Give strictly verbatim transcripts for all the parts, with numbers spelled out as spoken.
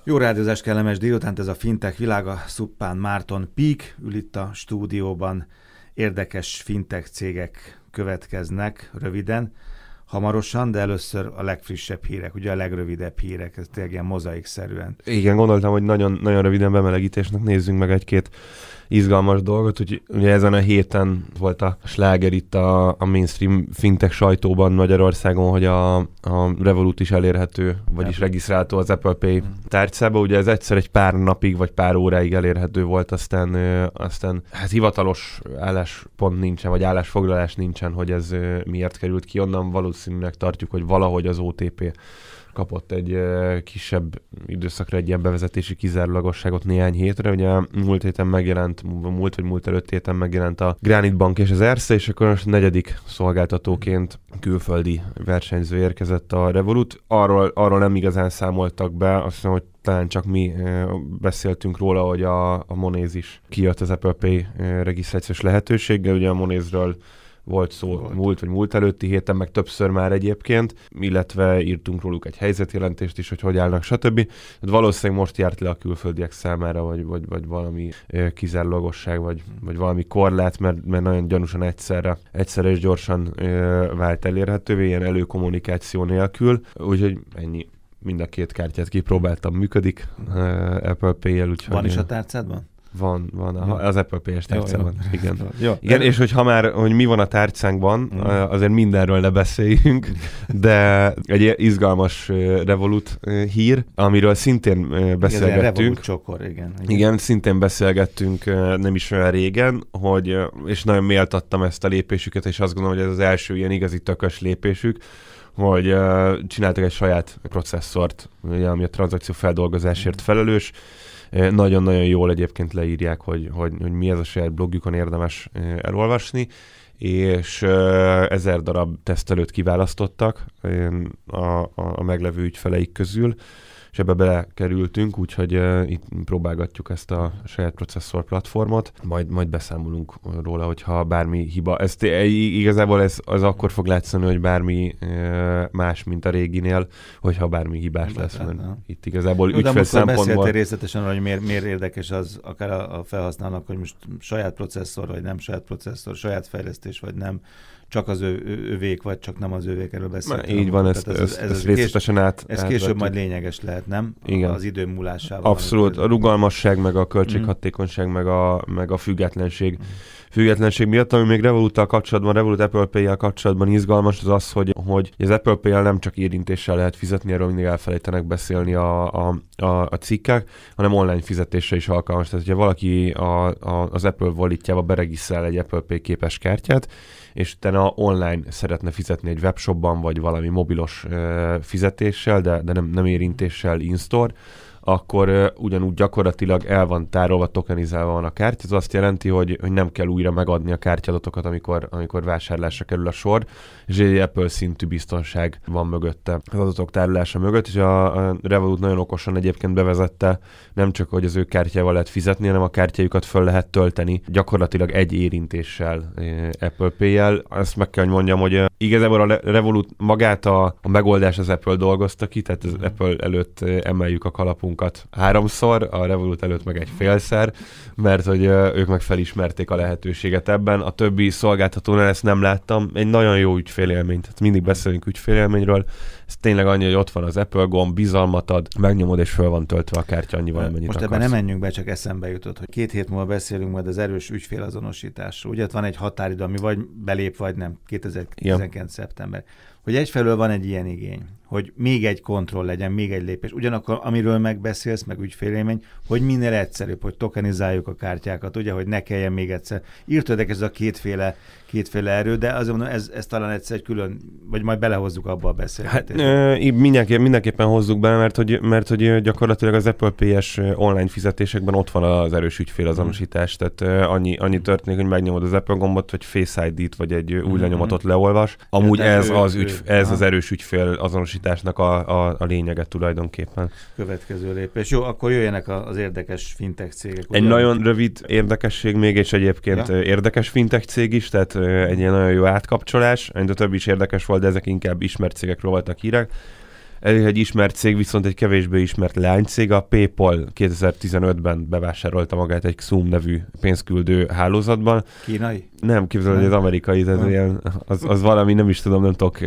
Jó rádiózás, kellemes délutánt, ez a fintech világa. Szuppán Márton Pík ül itt a stúdióban. Érdekes fintech cégek következnek röviden, hamarosan, de először a legfrissebb hírek, ugye a legrövidebb hírek, ez tényleg ilyen mozaikszerűen. Igen, gondoltam, hogy nagyon, nagyon röviden bemelegítésnek nézzünk meg egy-két izgalmas dolgot. Úgy, ugye ezen a héten volt a sláger itt a, a mainstream fintech sajtóban Magyarországon, hogy a, a Revolut is elérhető, vagyis Apple. Regisztrálható az Apple Pay hmm. tárcába. Ugye ez egyszer egy pár napig, vagy pár óráig elérhető volt, aztán, ö, aztán hát hivatalos álláspont nincsen, vagy állásfoglalás nincsen, hogy ez ö, miért került ki. Onnan valószínűleg tartjuk, hogy valahogy az o té pé kapott egy uh, kisebb időszakra egy ilyen bevezetési kizárólagosságot néhány hétre. Ugye múlt héten megjelent, múlt vagy múlt előtt héten megjelent a Granite Bank és az Erste, és akkor most negyedik szolgáltatóként külföldi versenyző érkezett a Revolut. Arról, arról nem igazán számoltak be, azt hiszem, hogy talán csak mi uh, beszéltünk róla, hogy a, a Monese is kijött az Apple Pay uh, regisztrációs lehetőséggel. Ugye a Monese-ről volt szó volt. múlt vagy múlt előtti héten, meg többször már egyébként, illetve írtunk róluk egy helyzetjelentést is, hogy hogy állnak, stb. Valószínűleg most járt le a külföldiek számára, vagy, vagy, vagy valami eh, kizárólagosság, vagy, vagy valami korlát, mert, mert nagyon gyanúsan egyszerre, egyszerre és gyorsan eh, vált elérhetővé, ilyen előkommunikáció nélkül, úgyhogy ennyi. Mind a két kártyát kipróbáltam, működik eh, Apple Pay-jel. Úgyhogy van is a tárcádban? Van, van. Az Apple Pay-es tárcában. Igen. Jó. Igen, és hogy ha már, hogy mi van a tárcánkban, mm. azért mindenről ne beszéljünk, de egy izgalmas Revolut hír, amiről szintén beszélgettünk. Igen, Revolut csokor, igen, igen. Igen, szintén beszélgettünk nem is olyan régen, hogy, és nagyon méltattam ezt a lépésüket, és azt gondolom, hogy ez az első ilyen igazi tökös lépésük, hogy uh, csináltak egy saját processzort, ugye, ami a tranzakció feldolgozásért felelős. Nagyon-nagyon jól egyébként leírják, hogy, hogy, hogy mi ez a saját blogjukon érdemes elolvasni, és ezer darab tesztelőt kiválasztottak a, a, a meglevő ügyfeleik közül, és ebbe belekerültünk, úgyhogy uh, itt próbálgatjuk ezt a saját processzor platformot, majd, majd beszámolunk róla, hogyha bármi hiba. Ez igazából ez az akkor fog látszani, hogy bármi uh, más, mint a réginél, hogyha bármi hibás de lesz. Itt igazából no, ügyfél szempontból... beszéltél részletesen arra, hogy miért, miért érdekes az akár a, a felhasználónak, hogy most saját processzor, vagy nem saját processzor, saját fejlesztés, vagy nem, csak az ő, ő, övék, vagy csak nem az övékről beszéltem. Így van, ezt, ez, ez, ez, ez részletesen át. Ez később átvettük. Majd lényeges lehet, nem? Igen. Az idő múlásával. Abszolút. A rugalmasság, meg a költséghatékonyság, mm. meg, a, meg a függetlenség. Mm. Függetlenség miatt, ami még Revoluttal kapcsolatban, Revolut Apple Pay-jel kapcsolatban izgalmas, az az, hogy, hogy az Apple Pay-jel nem csak érintéssel lehet fizetni, erről mindig elfelejtenek beszélni a, a, a, a cikkek, hanem online fizetésre is alkalmas. Tehát, hogyha valaki a, a, az Apple Walletjába beregisztrál egy Apple Pay képes kártyát, és utána online szeretne fizetni egy webshopban, vagy valami mobilos uh, fizetéssel, de, de nem, nem érintéssel in-store, akkor uh, ugyanúgy gyakorlatilag el van tárolva, tokenizálva van a kártya. Ez azt jelenti, hogy, hogy nem kell újra megadni a kártyadatokat, amikor, amikor vásárlásra kerül a sor, és egy Apple szintű biztonság van mögötte, az adatok tárolása mögött, és a, a Revolut nagyon okosan egyébként bevezette, nem csak, hogy az ő kártyával lehet fizetni, hanem a kártyájukat föl lehet tölteni gyakorlatilag egy érintéssel Apple Pay-jel. Azt meg kell, hogy mondjam, hogy igazából a Revolut magát a, a megoldás az Apple dolgozta ki, tehát az Apple előtt emeljük a kalapunkat háromszor, a Revolut előtt meg egy félszer, mert hogy ők meg felismerték a lehetőséget ebben. A többi szolgáltatónál ezt nem láttam. Egy nagyon jó ügyfélélmény, tehát mindig beszélünk ügyfélélményről. Ez tényleg annyi, hogy ott van az Apple gomb, bizalmat ad, megnyomod és föl van töltve a kártya annyival, amennyit Most akarsz. Ebben nem menjünk be, csak eszembe jutott, hogy két hét múlva beszélünk majd az erős ügyfélazonosításról. Ugye ott van egy határidő, ami vagy belép, vagy nem, kétezer-tizenkilenc szeptember. Hogy egyfelől van egy ilyen igény, hogy még egy kontroll legyen, még egy lépés. Ugyanakkor, amiről megbeszélsz, meg ügyfélélmény, hogy minél egyszerűbb, hogy tokenizáljuk a kártyákat, ugye, hogy ne kelljen még egyszer. Írtődek ez a kétféle, kétféle erő, de azért mondom, ez, ez talán egyszer egy külön, vagy majd belehozzuk abba a beszélgetést. Hát, mindenképp, mindenképpen hozzuk be, mert hogy, mert hogy gyakorlatilag az Apple Pay-es online fizetésekben ott van az erős ügyfélazonosítás, hmm. tehát annyi, annyi történik, hogy megnyomod az Apple gombot, vagy Face i dé-t, vagy egy új hmm. lenyomatot leolvas. Amúgy ja, ez, ő, az, ügy, ez az erős ügyfélazonosításnak a, a, a lényege tulajdonképpen. Következő lépés. Jó, akkor jöjjenek az érdekes fintech cégek. Egy ugyan? Nagyon rövid érdekesség még, és egyébként ja. érdekes fintech cég is, tehát egy ilyen nagyon jó átkapcsolás. A többi is érdekes volt, de ezek inkább ismert cégekről voltak hírek. Ez egy ismert cég, viszont egy kevésbé ismert lánycég. A PayPal kétezer-tizenötben bevásárolta magát egy Xoom nevű pénzküldő hálózatban. Kínai? Nem, képzelem, hogy az amerikai, tehát ilyen, az, az valami, nem is tudom, nem tudok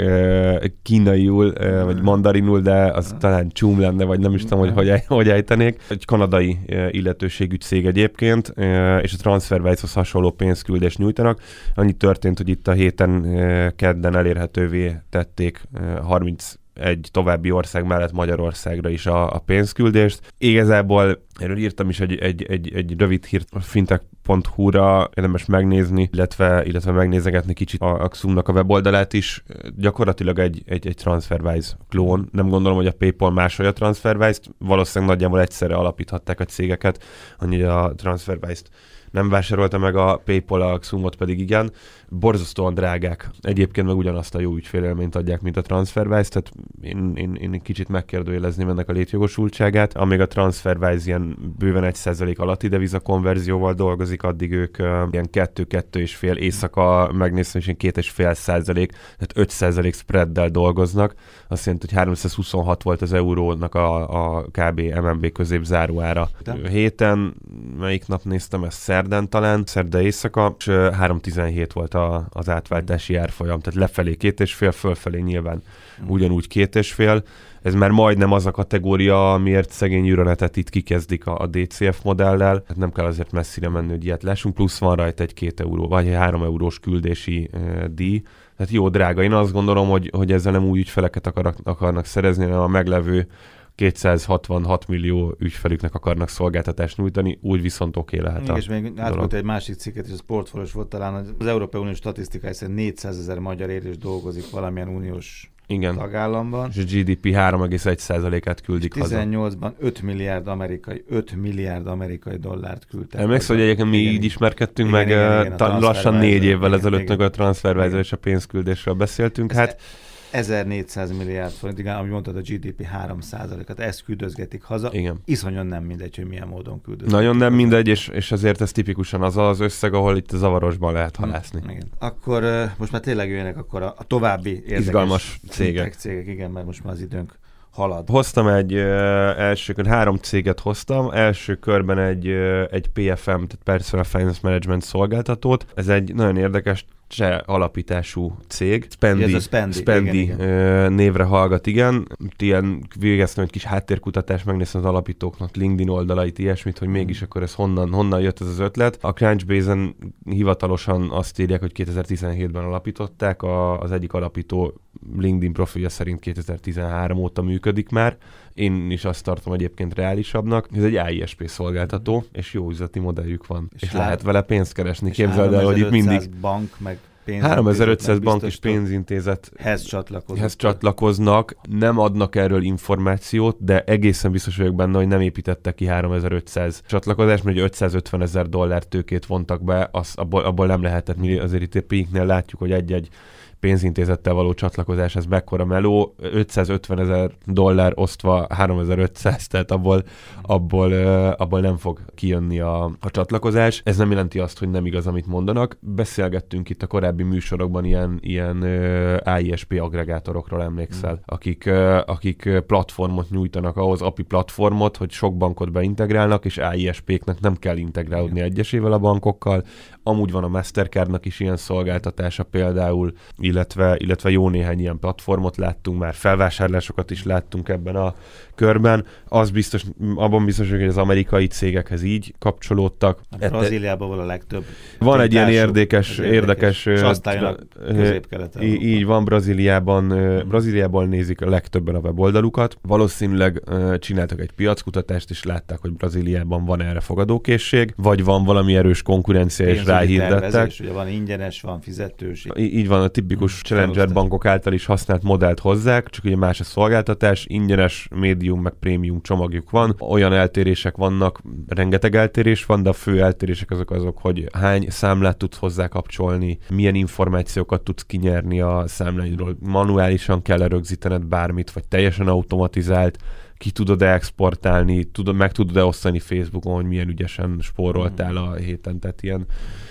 kínaiul, vagy mandarinul, de az talán Xoom lenne, vagy nem is tudom, hogy hogy, hogy ejtenék. Egy kanadai illetőségű cég egyébként, és a TransferWise-hoz hasonló pénzküldést nyújtanak. Annyi történt, hogy itt a héten kedden elérhetővé tették harminc egy további ország mellett Magyarországra is a, a pénzküldést. Igazából erről írtam is egy, egy, egy, egy rövid hírt a fintech pont hu-ra, érdemes megnézni, illetve, illetve megnézegetni kicsit a, a Xoomnak a weboldalát is. Gyakorlatilag egy, egy, egy TransferWise klón. Nem gondolom, hogy a PayPal másolja a TransferWise-t. Valószínűleg nagyjából egyszerre alapíthatták a cégeket, annyi a TransferWise-t nem vásárolta meg a PayPal, a Xoomot pedig igen. Borzasztóan drágák. Egyébként meg ugyanazt a jó ügyfélélményt adják, mint a TransferWise, tehát én, én, én kicsit megkérdőjelezném ennek a létjogosultságát. Amíg a TransferWise ilyen bőven egy százalék alatti deviza konverzióval dolgozik, addig ők uh, ilyen kettő-kettő és fél éjszaka megnéztem, és ilyen két és fél százalék, tehát öt százalék spreaddel dolgoznak. Azt jelenti, hogy háromszázhuszonhat volt az eurónak a, a kb. em en bé középzáróára. Héten, melyik nap néztem, ez szerdán talán, szerda éjszaka, és uh, három tizenhét volt a, az átváltási árfolyam, tehát lefelé két és fél, fölfelé nyilván mm. ugyanúgy két és fél. Ez már majdnem az a kategória, amiért szegény Euronetet itt kikezdik a, a dé cé ef modellel. Hát nem kell azért messzire menni, hogy ilyet lássunk, plusz van rajta egy két euró, vagy egy három eurós küldési uh, díj. Tehát jó drága. Én azt gondolom, hogy, hogy ezzel nem új ügyfeleket akarnak, akarnak szerezni, hanem a meglevő kétszázhatvanhat millió ügyfelüknek akarnak szolgáltatást nyújtani, úgy viszont oké okay lehet. És még átmondta egy másik cikket, és a Sportforos volt talán, az Európai Unió statisztikai szerint négyszázezer magyar él és dolgozik valamilyen uniós igen. tagállamban. És a gé dé pé három egész egy százalékát küldik haza. tizennyolcban öt milliárd amerikai, öt milliárd amerikai dollárt küldtek. Emlékszel, hogy egyébként mi igen, így ismerkedtünk igen, meg igen, igen, ta, lassan négy évvel ezelőtt meg a TransferWise és a pénzküldésről beszéltünk. Ezt hát ezernégyszáz milliárd forint, igen, ahogy mondtad, a gé dé pé három százalékat, ezt küldözgetik haza. Igen. Iszonyan nem mindegy, hogy milyen módon küldözgetik. Nagyon nem mindegy, és, és azért ez tipikusan az az összeg, ahol itt a zavarosban lehet halászni. Hmm, igen. Akkor uh, most már tényleg jöjjenek akkor a, a további érdekes izgalmas cégek. cégek. Igen, mert most már az időnk halad. Hoztam egy uh, első kör, három céget hoztam. Első körben egy, uh, egy pé ef em, tehát Personal Finance Management szolgáltatót. Ez egy nagyon érdekes cseh alapítású cég. Spendi, a Spendi, Spendi igen, igen. névre hallgat, igen. Ilyen végeztem egy kis háttérkutatást, megnéztem az alapítóknak LinkedIn oldalait, ilyesmit, hogy mégis akkor ez honnan, honnan jött ez az ötlet. A Crunchbase-en hivatalosan azt írják, hogy kétezer-tizenhétben alapították, a, az egyik alapító LinkedIn profilja szerint kétezer-tizenhárom óta működik már. Én is azt tartom egyébként reálisabbnak. Ez egy á i es pé szolgáltató, és jó üzleti modelljük van. És, és hár... lehet vele pénzt keresni. Képzeld el, hogy itt mindig bank, meg háromezer-ötszáz bank és pénzintézethez csatlakoznak. csatlakoznak, nem adnak erről információt, de egészen biztos vagyok benne, hogy nem építettek ki háromezer-ötszáz csatlakozást, mert ötszázötven ezer dollár tőkét vontak be, az, abból, abból nem lehetett, azért itt pénknél látjuk, hogy egy-egy pénzintézettel való csatlakozás, ez mekkora meló, ötszázötven ezer dollár osztva háromezer-ötszáz, tehát abból, abból, abból nem fog kijönni a, a csatlakozás. Ez nem jelenti azt, hogy nem igaz, amit mondanak. Beszélgettünk itt a korábbi műsorokban ilyen, ilyen á i es pé aggregátorokról, emlékszel, mm. akik, akik platformot nyújtanak ahhoz, á pé i platformot, hogy sok bankot beintegrálnak, és á i es péknek nem kell integrálódni egyesével a bankokkal. Amúgy van a Mastercardnak is ilyen szolgáltatása például, illetve, illetve jó néhány ilyen platformot láttunk már, felvásárlásokat is láttunk ebben a körben. Az biztos, abban biztos, hogy az amerikai cégekhez így kapcsolódtak. A Brazíliában van a legtöbb. Van egy ilyen érdekes, érdekes, érdekes és aztán a közép-keleten. Így van, Brazíliában, Brazíliából nézik a legtöbben a weboldalukat. Valószínűleg csináltak egy piackutatást, és látták, hogy Brazíliában van erre fogadókészség, vagy van valami erős konkurencia, és ráhirdettek. Ugye van ingyenes, van fizetős. Így van, a tipikus hmm, Challenger bankok által is használt modellt hozzák, csak ugye más a szolgáltatás, ingyenes, médium, meg prémium csomagjuk van. Olyan eltérések vannak, rengeteg eltérés van, de a fő eltérések azok azok, hogy hány számlát tudsz hozzá kapcsolni, milyen információkat tudsz kinyerni a számláidról, manuálisan kell rögzítened bármit, vagy teljesen automatizált, ki tudod-e exportálni, tudod, meg tudod-e osztani Facebookon, hogy milyen ügyesen spóroltál a héten, tehát ilyen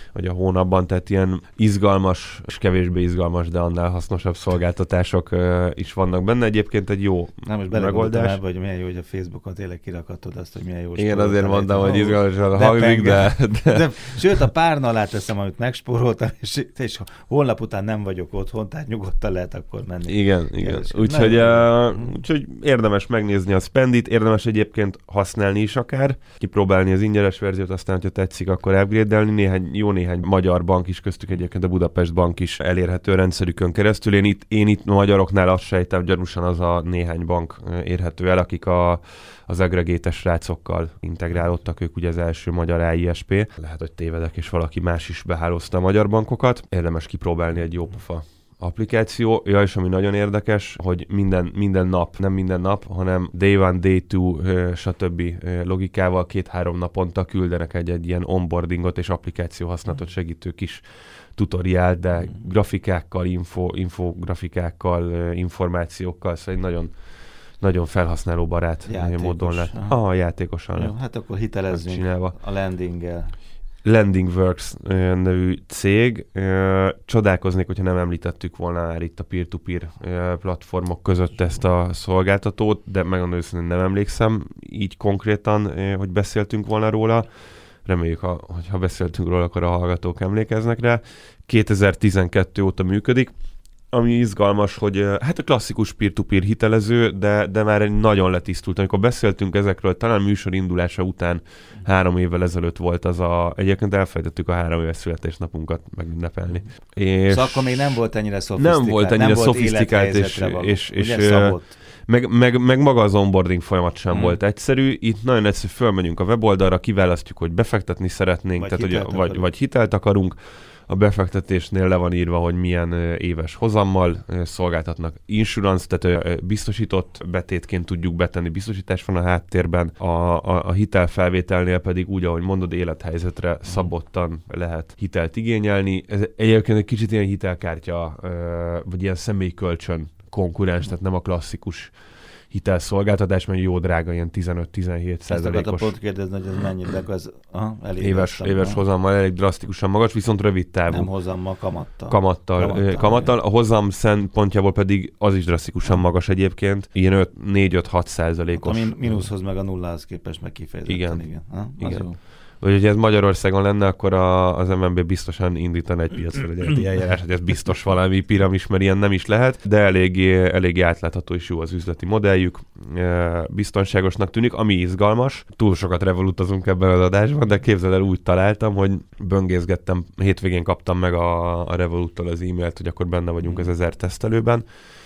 vagy a hónapban, tehát ilyen izgalmas és kevésbé izgalmas, de annál hasznosabb szolgáltatások uh, is vannak benne. Egyébként egy jó Na, most megoldás. Ebbe, hogy milyen jó, hogy a Facebookon tényleg kirakatod azt, hogy milyen jó. Igen, azért mondtam, hogy izgalmasan hangzik, de, de... de... Sőt, a párna alá teszem, amit megspóroltam, és, és holnap után nem vagyok otthon, tehát nyugodtan lehet akkor menni. Igen, igen. Úgyhogy uh, úgy, érdemes megnézni a Spendit, érdemes egyébként használni is akár, kipróbálni az ingyenes verziót, aztán, hogyha tetszik, akkor upgrade-elni. Néhány, jó néhány magyar bank is, köztük egyébként a Budapest Bank is elérhető rendszerükön keresztül. Én itt, én itt a magyaroknál azt sejtem, gyanúsan az a néhány bank érhető el, akik a, az aggregétes srácokkal integrálódtak, ők ugye az első magyar á i es pé. Lehet, hogy tévedek, és valaki más is behálózta a magyar bankokat. Érdemes kipróbálni, egy jó pofa applikáció. Ja, és ami nagyon érdekes, hogy minden, minden nap, nem minden nap, hanem day one, day two, stb. Logikával két-három naponta küldenek egy, egy ilyen onboardingot és applikáció használatot segítő kis tutoriál, de grafikákkal, info, infografikákkal, információkkal, szóval egy nagyon, nagyon felhasználóbarát módon lett. Ah, játékosan lett. Hát akkor hitelezzünk a landinggel. Landingworks nevű cég. Csodálkoznék, hogyha nem említettük volna már itt a peer-to-peer platformok között ezt a szolgáltatót, de megmondom őszintén, nem emlékszem így konkrétan, hogy beszéltünk volna róla. Reméljük, hogy ha beszéltünk róla, akkor a hallgatók emlékeznek rá. kétezer-tizenkettő óta működik. Ami izgalmas, hogy hát a klasszikus peer-to-peer hitelező, de, de már egy nagyon letisztult. Amikor beszéltünk ezekről, talán műsor indulása után három évvel ezelőtt volt az a... Egyébként elfelejtettük a három éves születésnapunkat megünnepelni. És szóval akkor még nem volt ennyire szofisztikált. Nem volt ennyire szofisztikált, és, és, és, és meg, meg, meg maga az onboarding folyamat sem hmm. volt egyszerű. Itt nagyon egyszerű, fölmegyünk a weboldalra, kiválasztjuk, hogy befektetni szeretnénk, vagy, tehát, hitelt, hogy, vagy, vagy hitelt akarunk. A befektetésnél le van írva, hogy milyen éves hozammal szolgáltatnak insurance, tehát biztosított betétként tudjuk betenni, biztosítás van a háttérben, a, a, a hitelfelvételnél pedig úgy, ahogy mondod, élethelyzetre szabottan lehet hitelt igényelni. Ez egyébként egy kicsit ilyen hitelkártya, vagy ilyen személykölcsön konkurens, tehát nem a klasszikus hitelszolgáltatás, mert jó drága, ilyen tizenöt-tizenhét százalékos. Ezt akartam pont kérdezni, hogy ez mennyi, de ez aha, elég éves, éves hozammal elég drasztikusan magas, viszont rövid távú. Nem hozammal, kamattal. Kamattal. Kamattal, kamattal. A hozam szempontjából pedig az is drasztikusan magas egyébként, ilyen négy-öt-hat százalékos. A mínuszhoz meg a nullához képest meg kifejezetten. Igen. Igen. Ha, igen. Jó. Vagy hogyha ez Magyarországon lenne, akkor a, az em en bé biztosan indítan egy piacfelügyeleti eljárás, hogy ez biztos valami piramis, mert ilyen nem is lehet, de eléggé, eléggé átlátható és jó az üzleti modelljük, biztonságosnak tűnik, ami izgalmas. Túl sokat revolutozunk ebben az adásban, de képzeld el, úgy találtam, hogy böngészgettem, hétvégén kaptam meg a, a Revoluttól az e-mailt, hogy akkor benne vagyunk az ezer tesztelőben,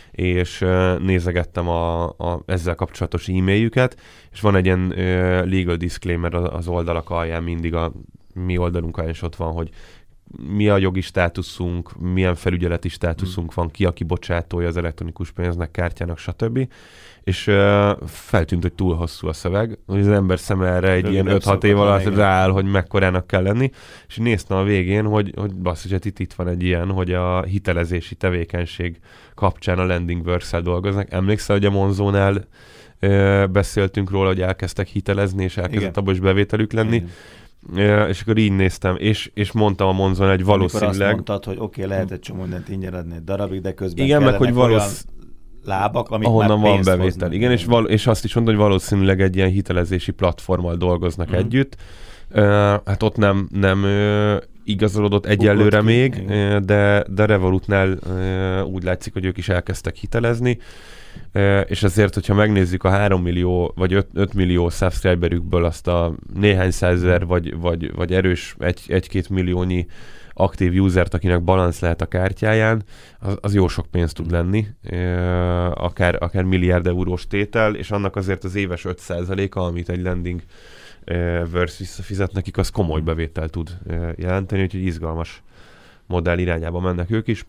és nézegettem a, a ezzel kapcsolatos e-mailjüket, és van egy ilyen uh, legal disclaimer az oldalak alján, mindig a mi oldalunkon is ott van, hogy mi a jogi státuszunk, milyen felügyeleti státuszunk van, ki a kibocsátója az elektronikus pénznek, kártyának, stb. És uh, feltűnt, hogy túl hosszú a szöveg, hogy az ember szeme erre egy Rövidebb ilyen öt-hat év alatt rááll, hogy mekkorának kell lenni, és néztem a végén, hogy, hogy basszus, hogy itt, itt van egy ilyen, hogy a hitelezési tevékenység kapcsán a Landingworks-el dolgoznak. Emlékszel, hogy a Monzónál uh, beszéltünk róla, hogy elkezdtek hitelezni, és elkezdett abban is bevételük lenni. Igen. Ja, és akkor így néztem, és, és mondtam a Monzon, hogy valószínűleg... Amikor azt mondtad, hogy oké, okay, lehet egy csomó mindent ingyen adni egy darabig, de közben igen, meg hogy valósz... lábak, amik ahonnan már van bevétel. hoznak. Igen, és, val- és azt is mondta, hogy valószínűleg egy ilyen hitelezési platformmal dolgoznak mm. együtt. Uh, hát ott nem, nem uh, igazolódott egyelőre ki, még, uh, de, de Revolutnál uh, úgy látszik, hogy ők is elkezdtek hitelezni. Uh, és ezért, hogyha megnézzük a három millió vagy öt millió subscriberükből azt a néhány százezer vagy, vagy, vagy erős egy, egy-két milliónyi aktív usert, akinek balansz lehet a kártyáján, az, az jó sok pénzt tud lenni, uh, akár, akár milliárd eurós tétel, és annak azért az éves öt százaléka, amit egy lending uh, verse visszafizet nekik, az komoly bevétel tud uh, jelenteni, úgyhogy izgalmas modell irányába mennek ők is.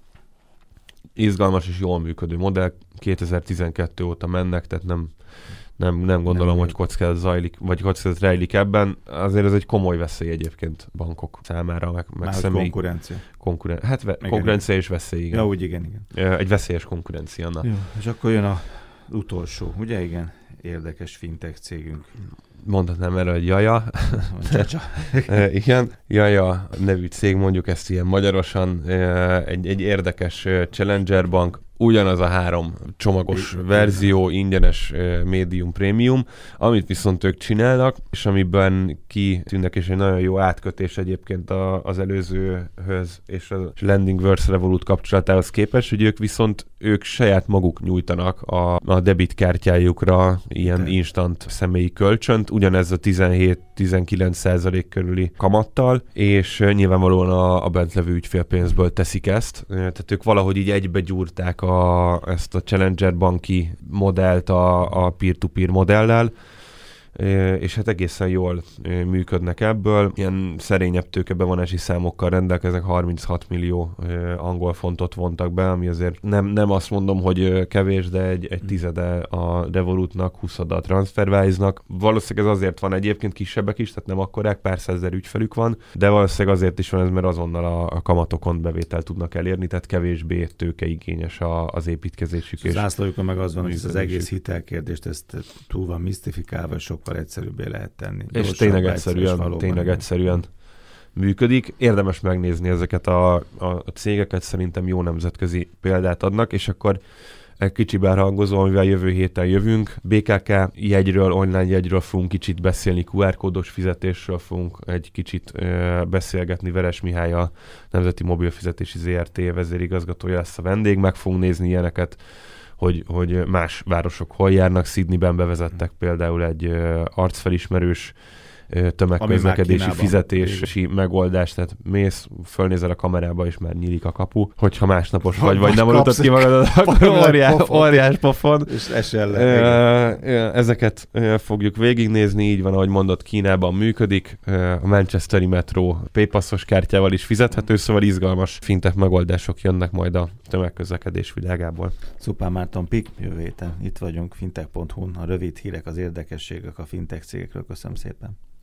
Izgalmas és jól működő modell, kétezer-tizenkettő óta mennek, tehát nem, nem, nem gondolom, nem, hogy kockázat zajlik, vagy kockázat rejlik ebben. Azért ez egy komoly veszély egyébként bankok számára, meg, meg személy. konkurencia. Konkuren... Hát ve- konkurencia és veszély, igen. Ja, úgy igen, igen. Egy veszélyes konkurencia. Na. Jó, és akkor jön az utolsó, ugye igen? Érdekes fintech cégünk. mondhatnám erre, hogy Jaja. Igen, Jaja nevű cég, mondjuk ezt ilyen magyarosan, egy, egy érdekes Challenger bank, ugyanaz a három csomagos verzió, ingyenes médium, prémium, amit viszont ők csinálnak, és amiben kitűnnek, és egy nagyon jó átkötés egyébként a, az előzőhöz és a Lendingverse Revolut kapcsolatához képest, hogy ők viszont ők saját maguk nyújtanak a, a debitkártyájukra ilyen de. instant személyi kölcsönt, ugyanez a tizenhét-tizenkilenc százalék körüli kamattal, és nyilvánvalóan a, a bent levő ügyfélpénzből teszik ezt, tehát ők valahogy így egybegyúrták a, ezt a Challenger banki modellt a, a peer-to-peer modellel, és hát egészen jól működnek ebből. Ilyen szerényebb tőkebevonási számokkal rendelkeznek, harminchat millió angol fontot vontak be, ami azért nem, nem azt mondom, hogy kevés, de egy, egy tizede a Revolutnak, huszada a TransferWise-nak. Valószínűleg ez azért van, egyébként kisebbek is, tehát nem akkorák, pár százezer ügyfelük van, de valószínűleg azért is van ez, mert azonnal a, a kamatokon bevételt tudnak elérni, tehát kevésbé tőkeigényes a, az építkezésük. Az zászlójukon meg az van, hogy az egész hitelkérdést ezt túl van misztifikálva, sok egyszerűbbé lehet tenni. És tényleg egyszerűen, tényleg egyszerűen működik. Érdemes megnézni ezeket a, a, a cégeket, szerintem jó nemzetközi példát adnak, és akkor egy kicsi bárhangozó, amivel jövő héten jövünk. bé ká ká jegyről, online jegyről fogunk kicsit beszélni, kú er kódos fizetésről fogunk egy kicsit ö, beszélgetni. Veres Mihály, a Nemzeti Mobilfizetési zé er té vezérigazgatója lesz a vendég, meg fogunk nézni ilyeneket, Hogy, hogy más városok hol járnak. Sydneyben bevezettek például egy uh, arcfelismerős uh, tömegközlekedési fizetési igen. megoldást, tehát mész, fölnézel a kamerába, és már nyílik a kapu. Hogyha másnapos vagy, vagy nem aludtad ki magadat, akkor óriás, óriás pofon. És esel le. Uh, ezeket uh, fogjuk végignézni, így van, ahogy mondott, Kínában működik. Uh, a Manchesteri metró PayPassos kártyával is fizethető, szóval izgalmas fintech megoldások jönnek majd a tömegközlekedés világából. Szupán Márton Pik, jövő héten itt vagyunk, fintech pont hu-n, a rövid hírek, az érdekességek a fintech cégekről. Köszönöm szépen.